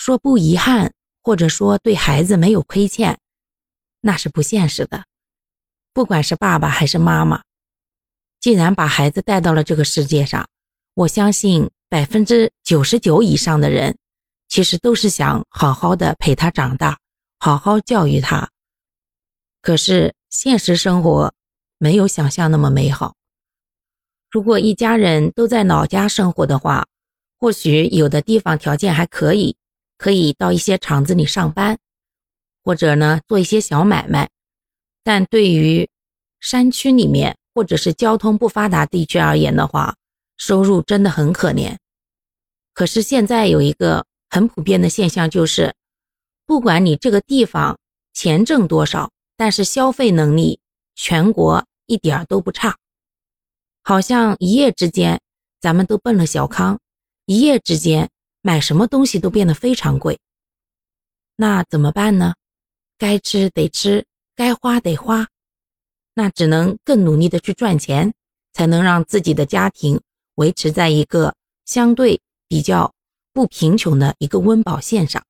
说不遗憾，或者说对孩子没有亏欠，那是不现实的。不管是爸爸还是妈妈，既然把孩子带到了这个世界上，我相信99%以上的人其实都是想好好的陪他长大，好好教育他。可是现实生活没有想象那么美好。如果一家人都在老家生活的话，或许有的地方条件还可以到一些厂子里上班，或者呢做一些小买卖。但对于山区里面或者是交通不发达地区而言的话，收入真的很可怜。可是现在有一个很普遍的现象，就是不管你这个地方钱挣多少，但是消费能力全国一点都不差。好像一夜之间咱们都奔了小康，一夜之间买什么东西都变得非常贵。那怎么办呢？该吃得吃，该花得花，那只能更努力的去赚钱，才能让自己的家庭维持在一个相对比较不贫穷的一个温饱线上。